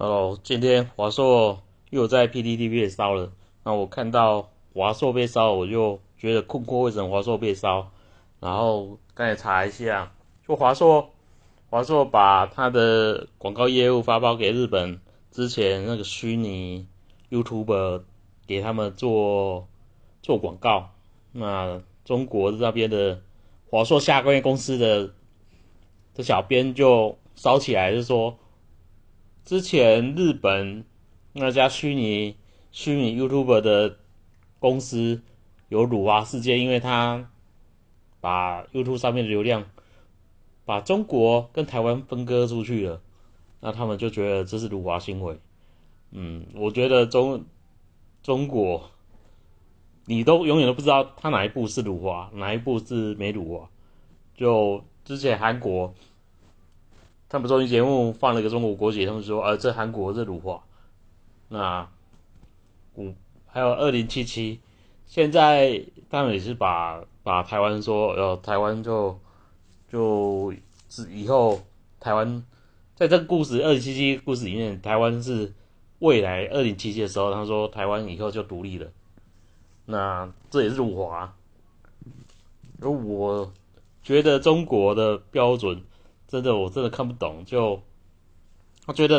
今天华硕又在 PTT 被烧了。那我看到华硕被烧，我就觉得困惑，为什么华硕被烧？然后刚才查一下，就华硕把它的广告业务发包给日本，之前那个虚拟 YouTuber 给他们做广告。那中国那边的华硕下关公司的小编就烧起来，就是说之前日本那家虚拟 YouTuber 的公司有辱华事件，因为他把 YouTube 上面的流量把中国跟台湾分割出去了，那他们就觉得这是辱华行为。我觉得中国你都永远都不知道他哪一步是辱华，哪一步是没辱华。就之前韩国他们综艺节目放了一个中国国旗，他们说这韩国是辱华。那还有2077，现在他们也是把台湾说，台湾就以后台湾在这个故事2077故事里面，台湾是未来2077的时候，他说台湾以后就独立了。那这也是辱华。而我觉得中国的标准我真的看不懂，我觉得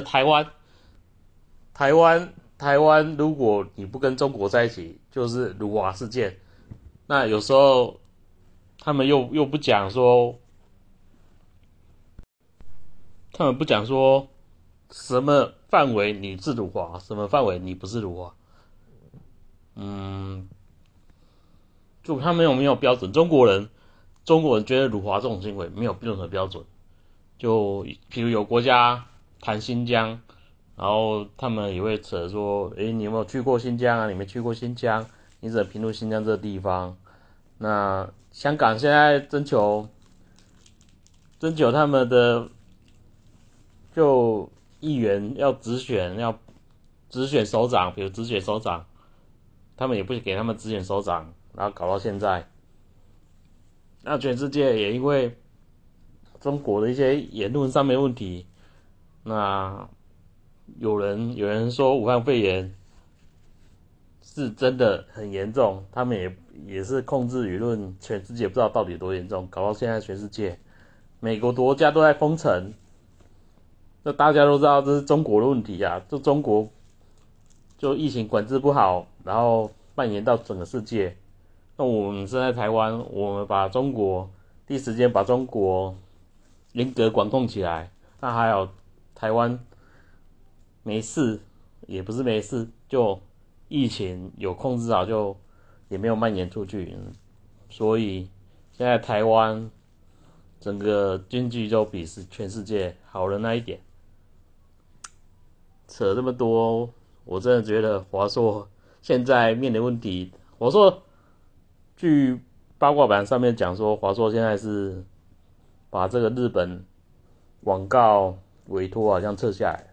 台湾，如果你不跟中国在一起，就是辱华事件。那有时候他们又不讲说，他们不讲说什么范围你是辱华，什么范围你不是辱华。就他们没有标准。中国人觉得辱华这种行为没有任何标准。就比如有国家谈新疆，然后他们也会扯说，你有没有去过新疆啊？你没去过新疆，你怎么评论新疆这个地方？那香港现在征求他们的就议员要直选首长，比如直选首长，他们也不给他们直选首长，然后搞到现在。那全世界也因为中国的一些言论上面问题，那有人说武汉肺炎是真的很严重，他们也是控制舆论，全世界不知道到底多严重，搞到现在全世界美国国家都在封城。那大家都知道这是中国的问题啊，就中国就疫情管制不好，然后蔓延到整个世界。那我们身在台湾，我们第一时间把中国严格管控起来。那还有台湾没事，也不是没事，就疫情有控制好，就也没有蔓延出去。所以现在台湾整个经济就比全世界好了那一点。扯这么多，我真的觉得华硕现在面临问题。华硕据八卦版上面讲说，华硕现在是把这个日本广告委托好像撤下来。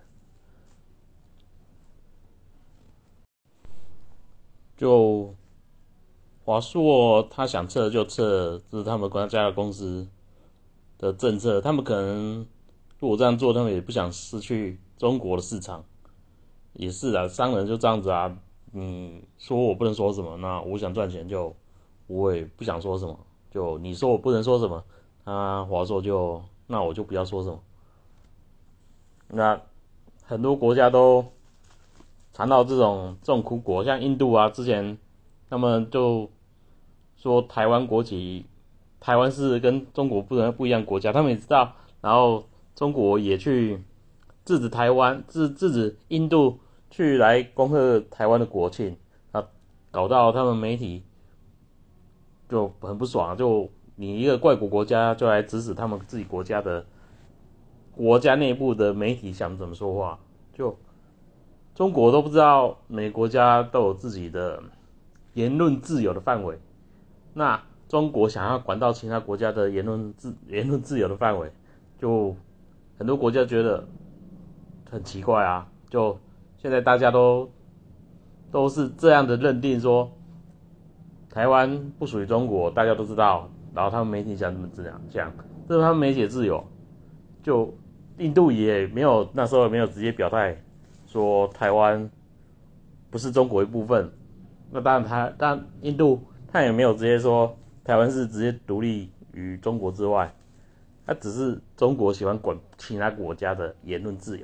就华硕他想撤就撤，这是他们国家的公司的政策。他们可能如果这样做，他们也不想失去中国的市场。也是啊，商人就这样子啊。你说我不能说什么，那我想赚钱就我也不想说什么。就你说我不能说什么，华硕那我就不要说什么。那很多国家都尝到这种苦果，像印度啊，之前他们就说台湾国籍，台湾是跟中国不一样国家，他们也知道，然后中国也去制止台湾，制止印度去来恭贺台湾的国庆，搞到他们媒体就很不爽，就你一个外国国家就来指使他们自己国家内部的媒体想怎么说话。就中国都不知道，每个国家都有自己的言论自由的范围。那中国想要管到其他国家的言论自由的范围，就很多国家觉得很奇怪啊。就现在大家都是这样的认定，说台湾不属于中国，大家都知道，然后他们媒体想怎么讲，这是他们媒体的自由。就印度也没有那时候也没有直接表态说台湾不是中国一部分。那当然印度他也没有直接说台湾是直接独立于中国之外，他只是中国喜欢管其他国家的言论自由，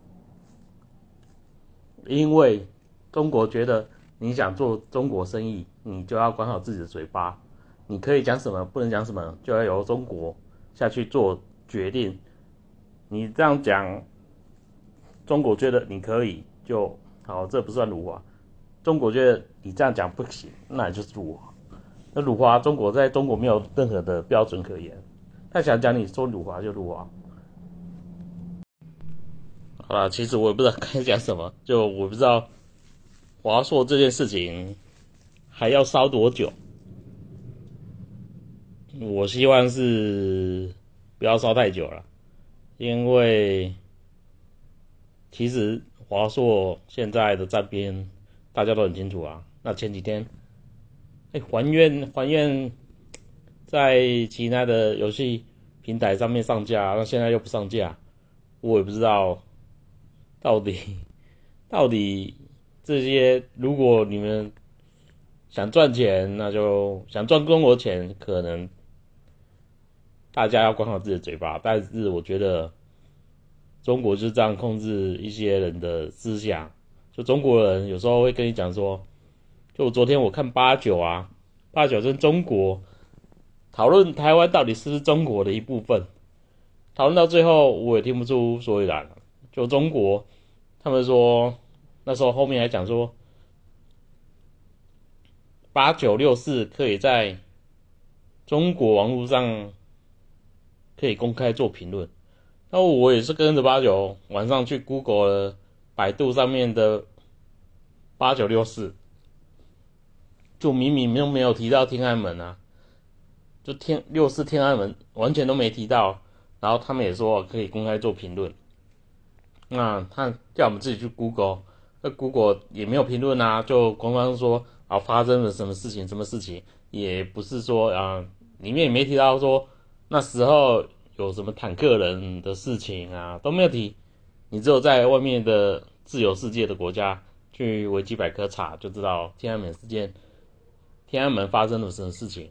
因为中国觉得你想做中国生意，你就要管好自己的嘴巴，你可以讲什么，不能讲什么，就要由中国下去做决定。你这样讲，中国觉得你可以就好，这不算辱华。中国觉得你这样讲不行，那你就是辱华。那辱华，中国在中国没有任何的标准可言，他想讲你说辱华就辱华。好啦，其实我也不知道该讲什么，就我不知道华硕这件事情还要烧多久。我希望是不要烧太久了，因为其实华硕现在的战边大家都很清楚啊。那前几天，还愿在其他的游戏平台上面上架，那现在又不上架，我也不知道到底这些，如果你们想赚钱，那就想赚中国钱，可能大家要管好自己的嘴巴。但是我觉得中国就是这样控制一些人的思想，就中国人有时候会跟你讲说，就昨天我看89啊，89跟中国讨论台湾到底是不是中国的一部分，讨论到最后我也听不出所以然了。就中国他们说，那时候后面还讲说8964可以在中国网络上可以公开做评论。那我也是跟着89晚上去 Google 了百度上面的8964，就明明都没有提到天安门啊，就64天安门完全都没提到，然后他们也说可以公开做评论。那他叫我们自己去 Google， 那 Google 也没有评论啊，就官方说啊发生了什么事情，也不是说里面也没提到说那时候有什么坦克人的事情啊，都没有提。你只有在外面的自由世界的国家去维基百科查，就知道天安门事件，天安门发生了什么事情。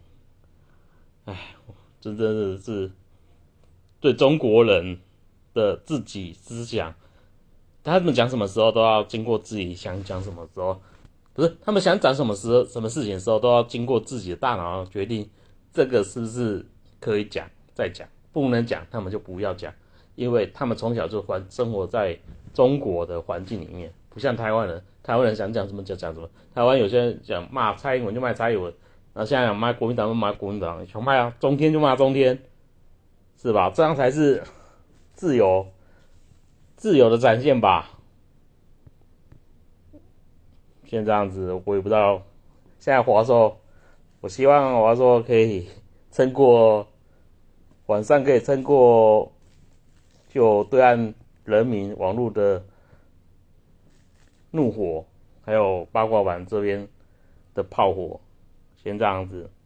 这真的是对中国人的自己思想，他们讲什么时候都要经过自己想讲什么时候，不是他们想讲什么事情的时候都要经过自己的大脑决定这个是不是可以讲再讲，不能讲他们就不要讲，因为他们从小就生活在中国的环境里面，不像台湾人，台湾人想讲什么就讲什么。台湾有些人讲骂蔡英文就骂蔡英文，然后现在想骂国民党就骂国民党，想骂中天就骂中天，是吧？这样才是自由的展现吧。现在这样子，我也不知道。现在华硕，我希望华硕可以撑过晚上，可以撑过就对岸人民网络的怒火，还有八卦版这边的炮火，先这样子。